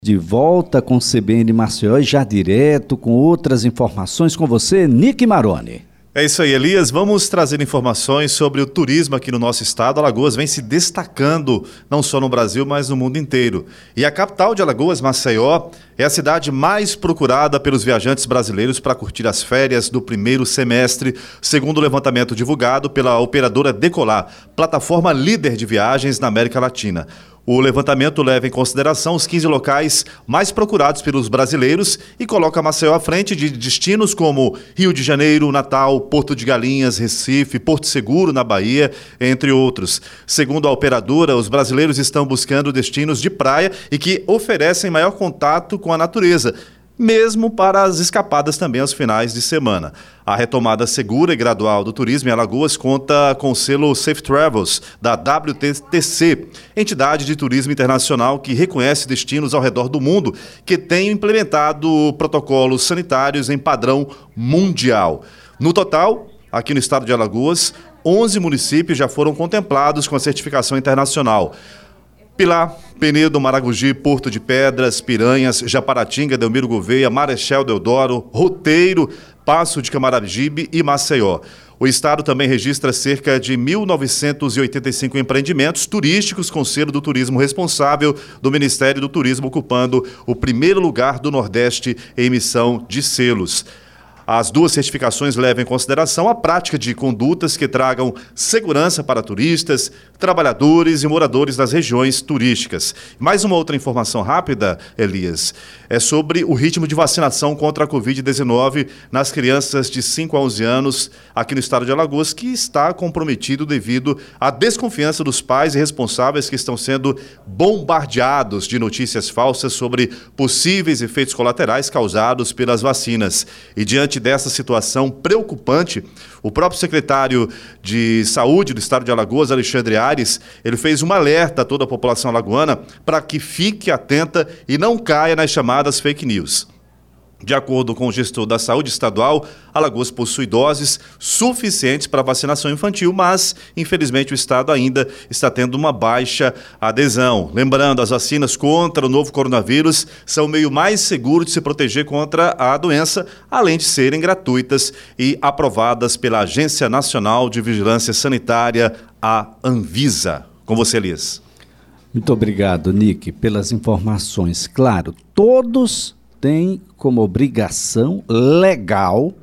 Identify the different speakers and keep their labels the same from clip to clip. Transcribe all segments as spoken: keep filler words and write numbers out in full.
Speaker 1: De volta com C B N Maceió e já direto com outras informações com você, Nick Maroni.
Speaker 2: É isso aí, Elias. Vamos trazer informações sobre o turismo aqui no nosso estado. Alagoas vem se destacando não só no Brasil, mas no mundo inteiro. E a capital de Alagoas, Maceió, é a cidade mais procurada pelos viajantes brasileiros para curtir as férias do primeiro semestre, segundo o levantamento divulgado pela operadora Decolar, plataforma líder de viagens na América Latina. O levantamento leva em consideração os quinze locais mais procurados pelos brasileiros e coloca Maceió à frente de destinos como Rio de Janeiro, Natal, Porto de Galinhas, Recife, Porto Seguro, na Bahia, entre outros. Segundo a operadora, os brasileiros estão buscando destinos de praia e que oferecem maior contato com a natureza, mesmo para as escapadas também aos finais de semana. A retomada segura e gradual do turismo em Alagoas conta com o selo Safe Travels, da W T T C, entidade de turismo internacional que reconhece destinos ao redor do mundo que têm implementado protocolos sanitários em padrão mundial. No total, aqui no estado de Alagoas, onze municípios já foram contemplados com a certificação internacional. Pilar, Penedo, Maragogi, Porto de Pedras, Piranhas, Japaratinga, Delmiro Gouveia, Marechal Deodoro, Roteiro, Passo de Camaragibe e Maceió. O estado também registra cerca de mil novecentos e oitenta e cinco empreendimentos turísticos com selo do turismo responsável do Ministério do Turismo, ocupando o primeiro lugar do Nordeste em emissão de selos. As duas certificações levam em consideração a prática de condutas que tragam segurança para turistas, trabalhadores e moradores das regiões turísticas. Mais uma outra informação rápida, Elias, é sobre o ritmo de vacinação contra a covid dezenove nas crianças de cinco a onze anos aqui no estado de Alagoas, que está comprometido devido à desconfiança dos pais e responsáveis que estão sendo bombardeados de notícias falsas sobre possíveis efeitos colaterais causados pelas vacinas. E diante dessa situação preocupante, o próprio secretário de Saúde do estado de Alagoas, Alexandre Ares, ele fez um alerta a toda a população alagoana para que fique atenta e não caia nas chamadas fake news. De acordo com o gestor da saúde estadual, Alagoas possui doses suficientes para vacinação infantil, mas, infelizmente, o estado ainda está tendo uma baixa adesão. Lembrando, as vacinas contra o novo coronavírus são o meio mais seguro de se proteger contra a doença, além de serem gratuitas e aprovadas pela Agência Nacional de Vigilância Sanitária, a Anvisa. Com você, Elias.
Speaker 1: Muito obrigado, Nick, pelas informações. Claro, todos têm como obrigação legal,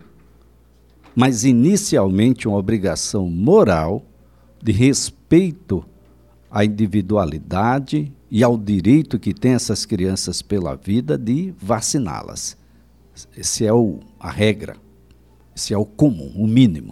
Speaker 1: mas inicialmente uma obrigação moral, de respeito à individualidade e ao direito que têm essas crianças pela vida de vaciná-las. Essa é o, a regra, esse é o comum, o mínimo.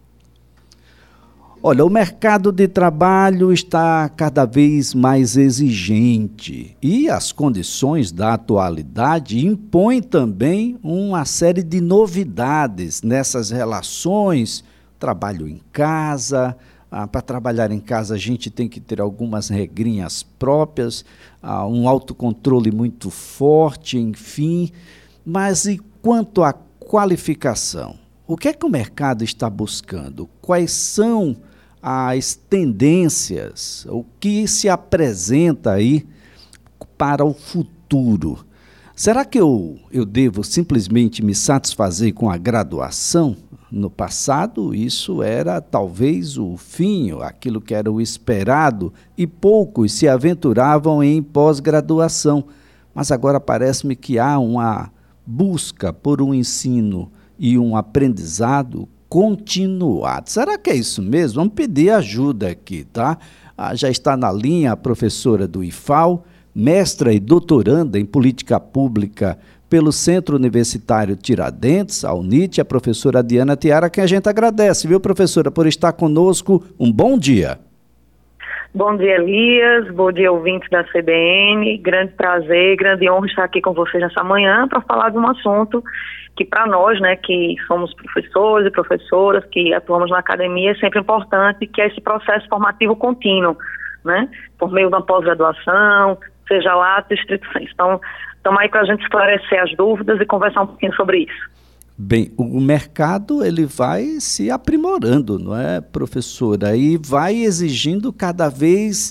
Speaker 1: Olha, o mercado de trabalho está cada vez mais exigente e as condições da atualidade impõem também uma série de novidades nessas relações. Trabalho em casa, ah, para trabalhar em casa a gente tem que ter algumas regrinhas próprias, ah, um autocontrole muito forte, enfim. Mas e quanto à qualificação? O que é que o mercado está buscando? Quais são as tendências, o que se apresenta aí para o futuro? Será que eu, eu devo simplesmente me satisfazer com a graduação? No passado, isso era talvez o fim, aquilo que era o esperado, e poucos se aventuravam em pós-graduação. Mas agora parece-me que há uma busca por um ensino e um aprendizado continuado. Será que é isso mesmo? Vamos pedir ajuda aqui, tá? Ah, já está na linha a professora do I F A L, mestra e doutoranda em Política Pública pelo Centro Universitário Tiradentes, a UNIT, a professora Diana Tiara, que a gente agradece, viu, professora, por estar conosco. Um bom dia.
Speaker 3: Bom dia, Elias. Bom dia, ouvintes da C B N. Grande prazer, grande honra estar aqui com vocês nessa manhã para falar de um assunto que para nós, né, que somos professores e professoras, que atuamos na academia, é sempre importante, que é esse processo formativo contínuo, né, por meio da pós-graduação, seja lá distrito. Então, estamos aí para a gente esclarecer as dúvidas e conversar um pouquinho sobre isso.
Speaker 1: Bem, o mercado ele vai se aprimorando, não é, professora? E vai exigindo cada vez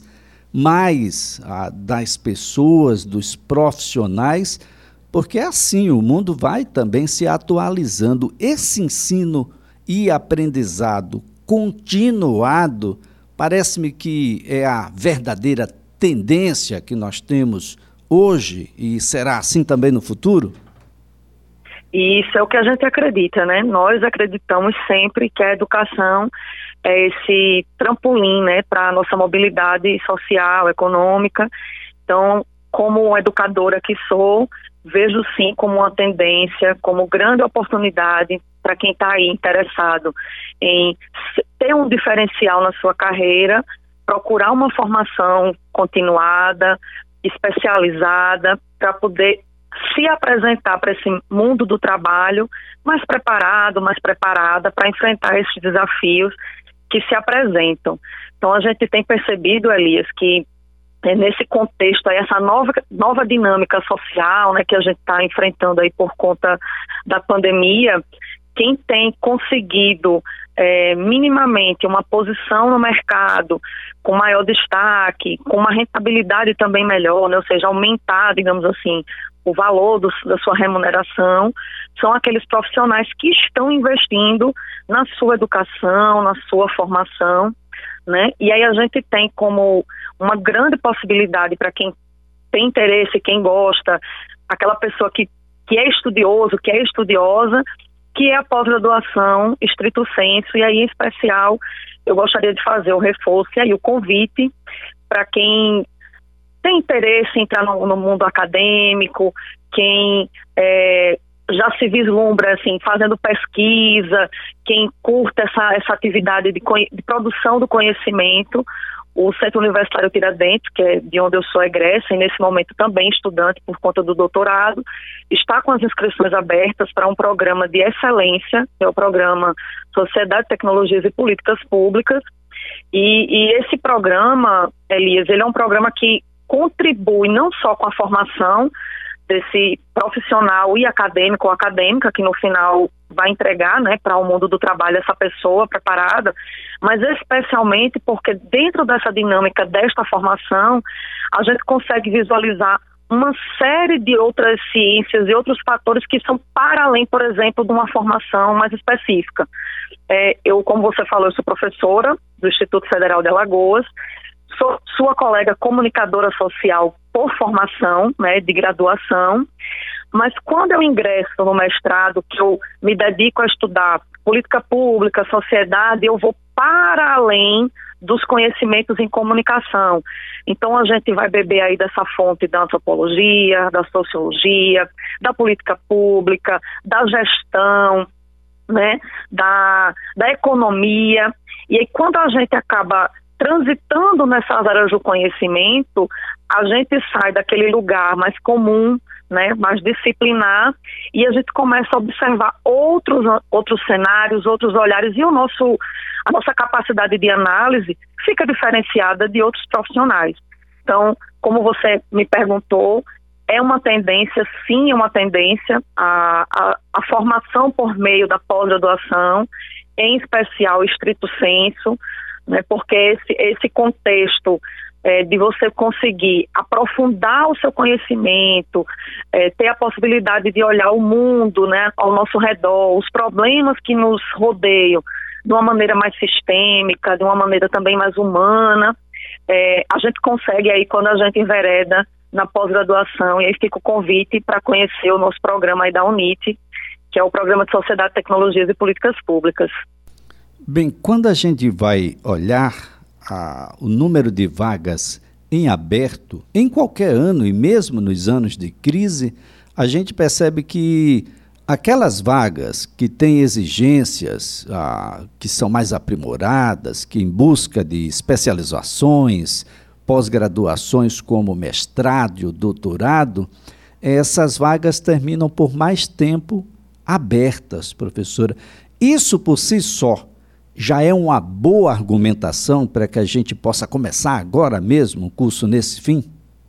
Speaker 1: mais ah, das pessoas, dos profissionais, porque assim o mundo vai também se atualizando. Esse ensino e aprendizado continuado, parece-me que é a verdadeira tendência que nós temos hoje e será assim também no futuro?
Speaker 3: Isso é o que a gente acredita, né? Nós acreditamos sempre que a educação é esse trampolim, né, para a nossa mobilidade social, econômica. Então, como educadora que sou, vejo sim como uma tendência, como grande oportunidade para quem está aí interessado em ter um diferencial na sua carreira, procurar uma formação continuada, especializada, para poder se apresentar para esse mundo do trabalho mais preparado, mais preparada para enfrentar esses desafios que se apresentam. Então, a gente tem percebido, Elias, que é, nesse contexto, aí, essa nova, nova dinâmica social, né, que a gente está enfrentando aí por conta da pandemia, quem tem conseguido é, minimamente uma posição no mercado com maior destaque, com uma rentabilidade também melhor, né, ou seja, aumentar, digamos assim, o valor do, da sua remuneração, são aqueles profissionais que estão investindo na sua educação, na sua formação, né? E aí a gente tem como uma grande possibilidade para quem tem interesse, quem gosta, aquela pessoa que, que é estudioso, que é estudiosa, que é a pós-graduação estrito sensu, e aí em especial eu gostaria de fazer o reforço e aí o convite para quem tem interesse em entrar no, no mundo acadêmico, quem é, já se vislumbra assim, fazendo pesquisa, quem curta essa, essa atividade de, de produção do conhecimento, o Centro Universitário Tiradentes, que é de onde eu sou egressa, e nesse momento também estudante por conta do doutorado, está com as inscrições abertas para um programa de excelência, que é o programa Sociedade, Tecnologias e Políticas Públicas, e, e esse programa, Elias, ele é um programa que contribui não só com a formação desse profissional e acadêmico ou acadêmica, que no final vai entregar, né, para o mundo do trabalho essa pessoa preparada, mas especialmente porque dentro dessa dinâmica desta formação, a gente consegue visualizar uma série de outras ciências e outros fatores que são para além, por exemplo, de uma formação mais específica. É, eu, como você falou, eu sou professora do Instituto Federal de Alagoas, sou sua colega comunicadora social por formação, né, de graduação, mas quando eu ingresso no mestrado, que eu me dedico a estudar política pública, sociedade, eu vou para além dos conhecimentos em comunicação. Então a gente vai beber aí dessa fonte da antropologia, da sociologia, da política pública, da gestão, né, da, da economia, e aí quando a gente acaba transitando nessas áreas do conhecimento, a gente sai daquele lugar mais comum, né, mais disciplinar, e a gente começa a observar outros, outros cenários, outros olhares, e o nosso, a nossa capacidade de análise fica diferenciada de outros profissionais. Então, como você me perguntou, é uma tendência, sim, é uma tendência, a, a, a formação por meio da pós-graduação, em especial estrito sensu, né, porque esse, esse contexto é, de você conseguir aprofundar o seu conhecimento, é, ter a possibilidade de olhar o mundo, né, ao nosso redor, os problemas que nos rodeiam de uma maneira mais sistêmica, de uma maneira também mais humana, é, a gente consegue aí quando a gente envereda na pós-graduação, e aí fica o convite para conhecer o nosso programa aí da UNIT, que é o Programa de Sociedade, Tecnologias e Políticas Públicas.
Speaker 1: Bem, quando a gente vai olhar a, o número de vagas em aberto, em qualquer ano e mesmo nos anos de crise, a gente percebe que aquelas vagas que têm exigências ah, que são mais aprimoradas, que em busca de especializações, pós-graduações como mestrado, doutorado, essas vagas terminam por mais tempo abertas, professora. Isso por si só já é uma boa argumentação para que a gente possa começar agora mesmo o curso nesse fim?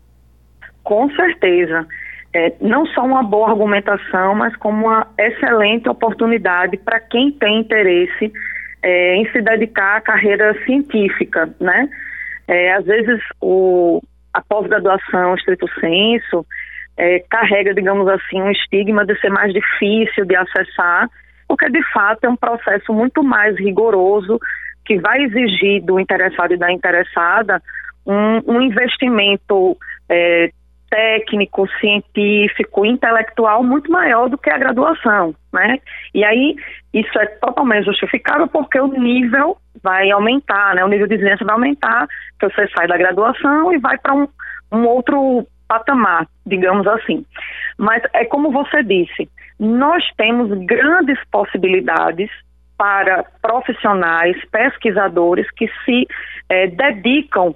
Speaker 3: Com certeza. É, não só uma boa argumentação, mas como uma excelente oportunidade para quem tem interesse é, em se dedicar à carreira científica, né? É, às vezes, o, a pós-graduação, estrito senso, é, carrega, digamos assim, um estigma de ser mais difícil de acessar, porque, de fato, é um processo muito mais rigoroso, que vai exigir do interessado e da interessada um, um investimento é, técnico, científico, intelectual muito maior do que a graduação, né? E aí, isso é totalmente justificável porque o nível vai aumentar, né? O nível de exigência vai aumentar, que você sai da graduação e vai para um, um outro patamar, digamos assim. Mas é como você disse, nós temos grandes possibilidades para profissionais, pesquisadores que se eh, dedicam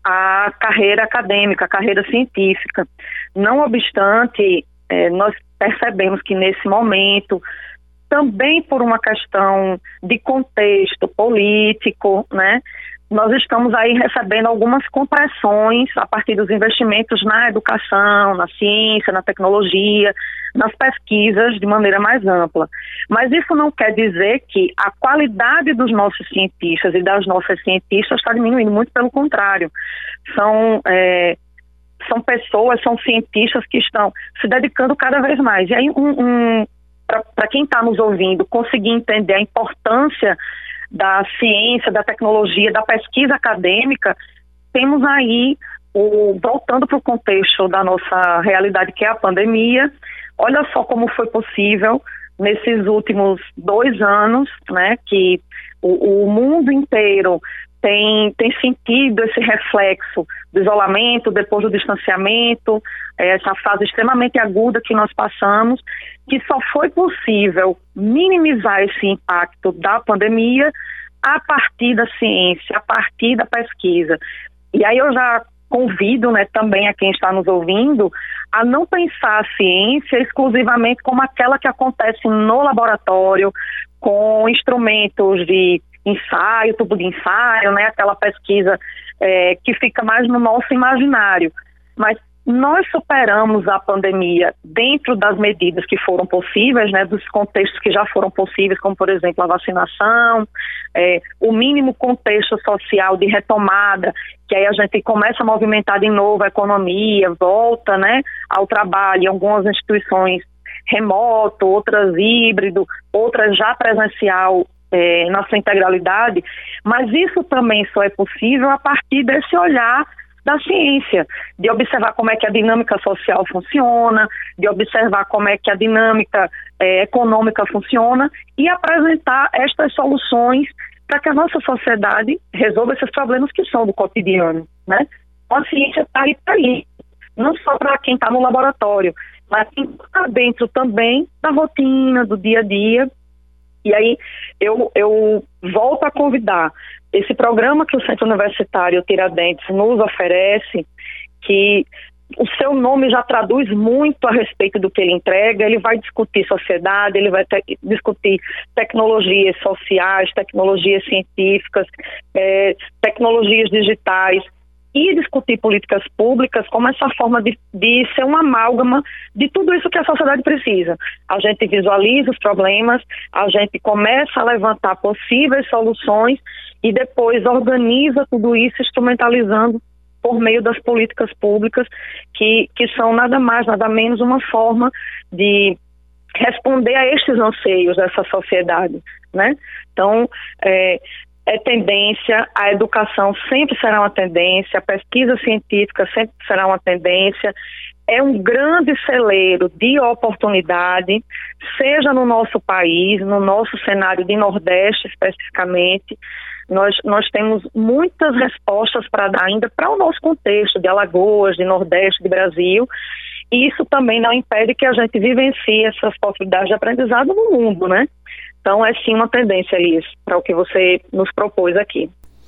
Speaker 3: à carreira acadêmica, à carreira científica. Não obstante, eh, nós percebemos que nesse momento, também por uma questão de contexto político, né, nós estamos aí recebendo algumas compressões a partir dos investimentos na educação, na ciência, na tecnologia, nas pesquisas de maneira mais ampla. Mas isso não quer dizer que a qualidade dos nossos cientistas e das nossas cientistas está diminuindo, muito pelo contrário. São, é, são pessoas, são cientistas que estão se dedicando cada vez mais. E aí, um, um, para quem está nos ouvindo, conseguir entender a importância da ciência, da tecnologia, da pesquisa acadêmica, temos aí, o, voltando para o contexto da nossa realidade, que é a pandemia, olha só como foi possível, nesses últimos dois anos, né, que o, o mundo inteiro tem, tem sentido esse reflexo do isolamento, depois do distanciamento, essa fase extremamente aguda que nós passamos, que só foi possível minimizar esse impacto da pandemia a partir da ciência, a partir da pesquisa. E aí eu já convido, né, também a quem está nos ouvindo a não pensar a ciência exclusivamente como aquela que acontece no laboratório, com instrumentos de ensaio, tubo de ensaio, né, aquela pesquisa é, que fica mais no nosso imaginário. Mas nós superamos a pandemia dentro das medidas que foram possíveis, né, dos contextos que já foram possíveis, como, por exemplo, a vacinação, é, o mínimo contexto social de retomada, que aí a gente começa a movimentar de novo a economia, volta, né, ao trabalho em algumas instituições remoto, outras híbrido, outras já presencial, é, na sua integralidade, mas isso também só é possível a partir desse olhar da ciência, de observar como é que a dinâmica social funciona, de observar como é que a dinâmica é, econômica funciona e apresentar estas soluções para que a nossa sociedade resolva esses problemas que são do cotidiano, né? A ciência está aí para isso, não só para quem está no laboratório, mas quem está dentro também da rotina, do dia a dia. E aí eu, eu volto a convidar esse programa que o Centro Universitário Tiradentes nos oferece, que o seu nome já traduz muito a respeito do que ele entrega. Ele vai discutir sociedade, ele vai te- discutir tecnologias sociais, tecnologias científicas, é, tecnologias digitais, e discutir políticas públicas como essa forma de, de ser uma amálgama de tudo isso que a sociedade precisa. A gente visualiza os problemas, a gente começa a levantar possíveis soluções e depois organiza tudo isso instrumentalizando por meio das políticas públicas, que, que são nada mais, nada menos uma forma de responder a estes anseios dessa sociedade, né? Então, é, é tendência, a educação sempre será uma tendência, a pesquisa científica sempre será uma tendência, é um grande celeiro de oportunidade, seja no nosso país, no nosso cenário de Nordeste especificamente. Nós, nós temos muitas respostas para dar ainda para o nosso contexto de Alagoas, de Nordeste, de Brasil, e isso também não impede que a gente vivencie essas possibilidades de aprendizado no mundo, né? Então, é sim uma tendência, Elias, para o que você nos propôs aqui.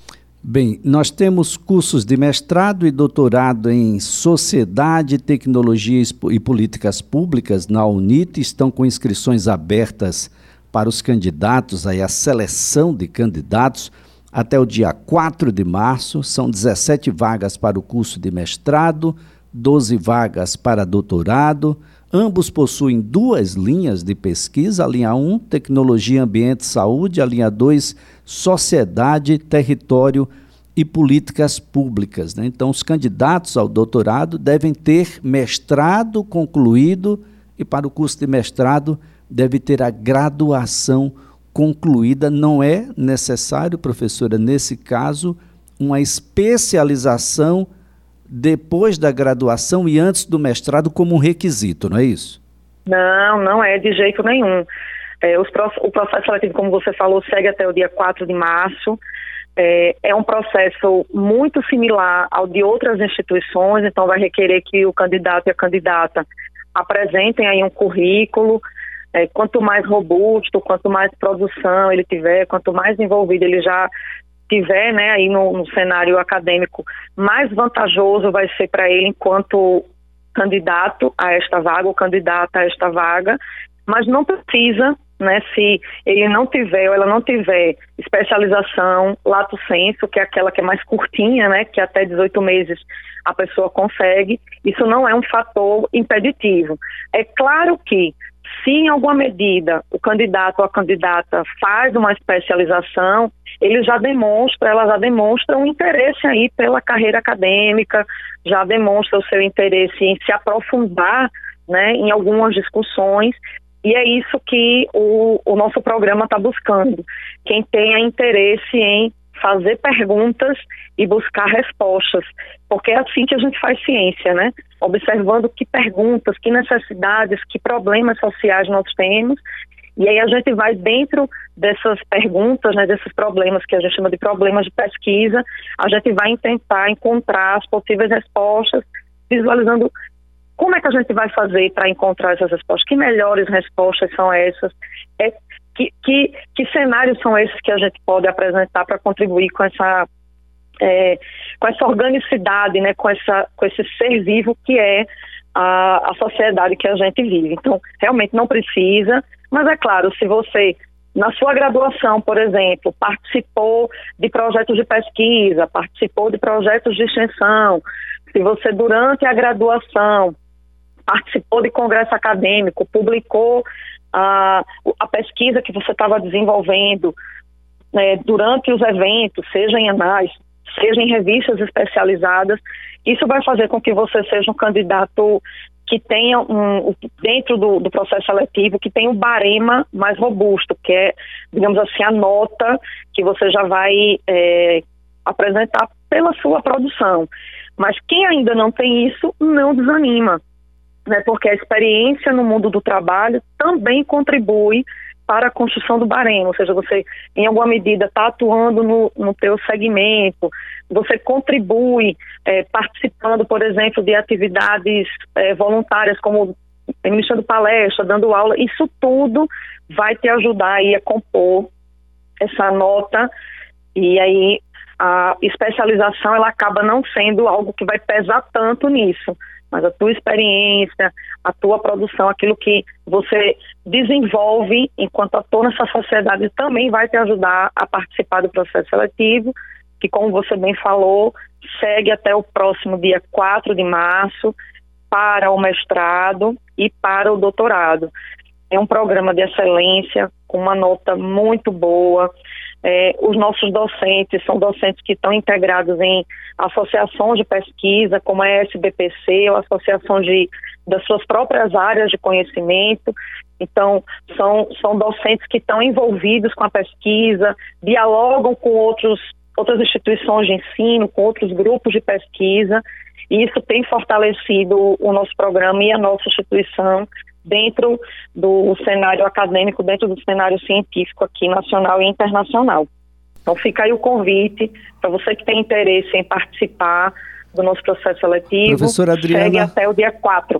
Speaker 1: Bem, nós temos cursos de mestrado e doutorado em Sociedade, Tecnologia e Políticas Públicas na UNIT, estão com inscrições abertas para os candidatos, aí a seleção de candidatos, até o dia quatro de março, são dezessete vagas para o curso de mestrado, doze vagas para doutorado. Ambos possuem duas linhas de pesquisa, a linha um, Tecnologia, Ambiente e Saúde, a linha dois, Sociedade, Território e políticas públicas, né? Então, os candidatos ao doutorado devem ter mestrado concluído e, para o curso de mestrado, deve ter a graduação concluída. Não é necessário, professora, nesse caso, uma especialização depois da graduação e antes do mestrado como um requisito, não é isso?
Speaker 3: Não, não é de jeito nenhum. É, os, o processo seletivo, como você falou, segue até o dia quatro de março. É, é um processo muito similar ao de outras instituições, então vai requerer que o candidato e a candidata apresentem aí um currículo. É, quanto mais robusto, quanto mais produção ele tiver, quanto mais envolvido ele já tiver, né, aí no, no cenário acadêmico, mais vantajoso vai ser para ele enquanto candidato a esta vaga ou candidata a esta vaga, mas não precisa, né, se ele não tiver ou ela não tiver especialização lato sensu, que é aquela que é mais curtinha, né, que até dezoito meses a pessoa consegue, isso não é um fator impeditivo. É claro que se em alguma medida o candidato ou a candidata faz uma especialização, ele já demonstra, ela já demonstra um interesse aí pela carreira acadêmica, já demonstra o seu interesse em se aprofundar, né, em algumas discussões, e é isso que o, o nosso programa está buscando. Quem tenha interesse em fazer perguntas e buscar respostas, porque é assim que a gente faz ciência, né? Observando que perguntas, que necessidades, que problemas sociais nós temos, e aí a gente vai dentro dessas perguntas, né, desses problemas que a gente chama de problemas de pesquisa, a gente vai tentar encontrar as possíveis respostas, visualizando como é que a gente vai fazer para encontrar essas respostas, que melhores respostas são essas, é, que, que, que cenários são esses que a gente pode apresentar para contribuir com essa, é, com essa organicidade, né, com, essa, com esse ser vivo que é a, a sociedade que a gente vive. Então, realmente não precisa, mas é claro, se você, na sua graduação, por exemplo, participou de projetos de pesquisa, participou de projetos de extensão, se você, durante a graduação, participou de congresso acadêmico, publicou a, a pesquisa que você estava desenvolvendo, né, durante os eventos, seja em anais, seja em revistas especializadas, isso vai fazer com que você seja um candidato que tenha, um, dentro do, do processo seletivo, que tenha um barema mais robusto, que é, digamos assim, a nota que você já vai é, apresentar pela sua produção. Mas quem ainda não tem isso, não desanima, né, porque a experiência no mundo do trabalho também contribui para a construção do barema, ou seja, você, em alguma medida, está atuando no, no teu segmento, você contribui é, participando, por exemplo, de atividades é, voluntárias, como ministrando palestra, dando aula, isso tudo vai te ajudar aí a compor essa nota, e aí a especialização ela acaba não sendo algo que vai pesar tanto nisso, mas a tua experiência, a tua produção, aquilo que você desenvolve enquanto ator nessa sociedade também vai te ajudar a participar do processo seletivo, que, como você bem falou, segue até o próximo dia quatro de março para o mestrado e para o doutorado. É um programa de excelência com uma nota muito boa. É, os nossos docentes são docentes que estão integrados em associações de pesquisa, como a S B P C, ou associações de, das suas próprias áreas de conhecimento. Então, são, são docentes que estão envolvidos com a pesquisa, dialogam com outros, outras instituições de ensino, com outros grupos de pesquisa, e isso tem fortalecido o nosso programa e a nossa instituição dentro do cenário acadêmico, dentro do cenário científico aqui nacional e internacional. Então fica aí o convite para você que tem interesse em participar do nosso processo seletivo.
Speaker 1: Professora Adriana,
Speaker 3: segue até o dia quatro.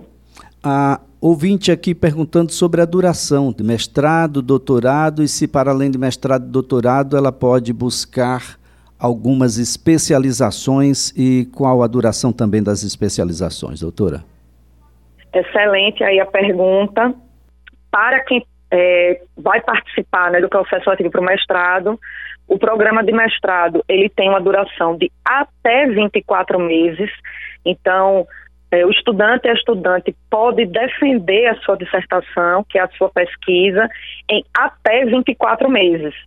Speaker 1: A ouvinte aqui perguntando sobre a duração de mestrado, doutorado, e se para além de mestrado e doutorado ela pode buscar algumas especializações, e qual a duração também das especializações, doutora?
Speaker 3: Excelente aí a pergunta. Para quem é, vai participar, né, do processo seletivo para o mestrado, o programa de mestrado ele tem uma duração de até vinte e quatro meses. Então, é, o estudante e a estudante pode defender a sua dissertação, que é a sua pesquisa, em até vinte e quatro meses.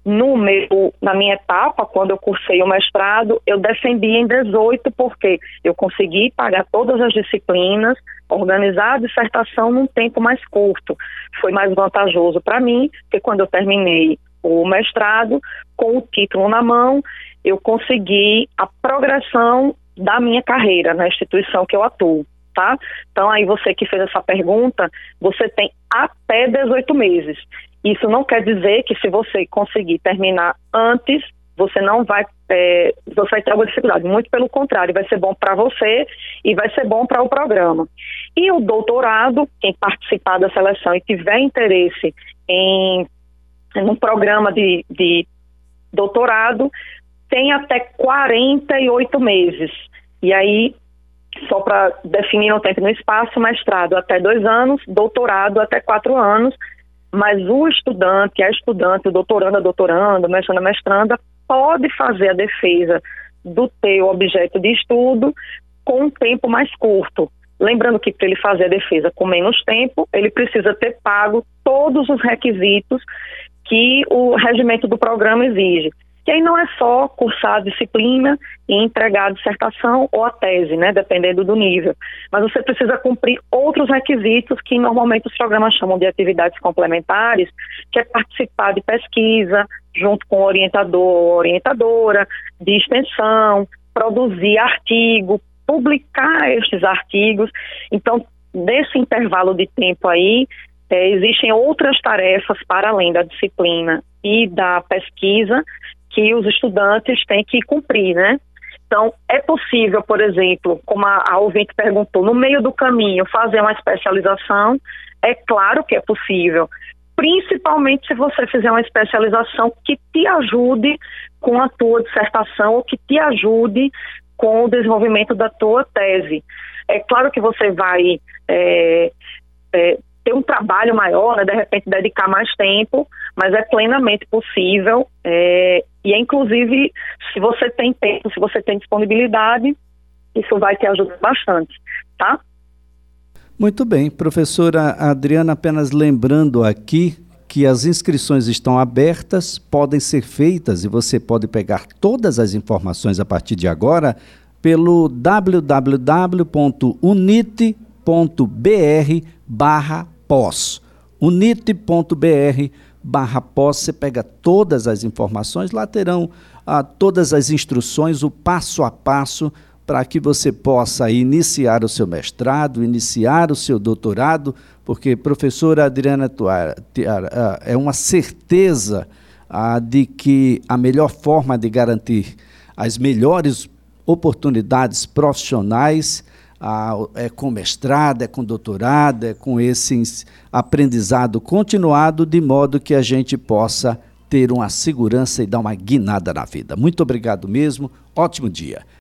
Speaker 3: No meu, na minha etapa, quando eu cursei o mestrado, eu defendi em dezoito, porque eu consegui pagar todas as disciplinas, organizar a dissertação num tempo mais curto. Foi mais vantajoso para mim, porque quando eu terminei o mestrado, com o título na mão, eu consegui a progressão da minha carreira na instituição que eu atuo, tá? Então, aí você que fez essa pergunta, você tem até dezoito meses. Isso não quer dizer que se você conseguir terminar antes, você não vai, é, você vai ter alguma dificuldade. Muito pelo contrário, vai ser bom para você e vai ser bom para o programa. E o doutorado, quem participar da seleção e tiver interesse em, em um programa de, de doutorado, tem até quarenta e oito meses. E aí, só para definir o tempo no espaço, mestrado até dois anos, doutorado até quatro anos, mas o estudante, a estudante, o doutorando, a doutoranda, o mestrando, a mestranda, pode fazer a defesa do teu objeto de estudo com um tempo mais curto. Lembrando que para ele fazer a defesa com menos tempo, ele precisa ter pago todos os requisitos que o regimento do programa exige. Que aí não é só cursar a disciplina e entregar a dissertação ou a tese, né, dependendo do nível. Mas você precisa cumprir outros requisitos que normalmente os programas chamam de atividades complementares, que é participar de pesquisa junto com o orientador ou orientadora, de extensão, produzir artigo, publicar estes artigos. Então, nesse intervalo de tempo aí, é, existem outras tarefas para além da disciplina e da pesquisa que os estudantes têm que cumprir, né? Então, é possível, por exemplo, como a, a ouvinte perguntou, no meio do caminho fazer uma especialização? É claro que é possível, principalmente se você fizer uma especialização que te ajude com a tua dissertação ou que te ajude com o desenvolvimento da tua tese. É claro que você vai é, é, ter um trabalho maior, né, de repente dedicar mais tempo, mas é plenamente possível, é, e é inclusive, se você tem tempo, se você tem disponibilidade, isso vai te ajudar bastante, tá?
Speaker 1: Muito bem, professora Adriana, apenas lembrando aqui que as inscrições estão abertas, podem ser feitas e você pode pegar todas as informações a partir de agora pelo w w w ponto unite ponto b r barra pós. unite ponto b r barra pós, você pega todas as informações, lá terão ah, todas as instruções, o passo a passo, para que você possa iniciar o seu mestrado, iniciar o seu doutorado, porque, professora Adriana Tuara, é uma certeza ah, de que a melhor forma de garantir as melhores oportunidades profissionais ah, é com mestrado, é com doutorado, é com esse aprendizado continuado, de modo que a gente possa ter uma segurança e dar uma guinada na vida. Muito obrigado mesmo, ótimo dia.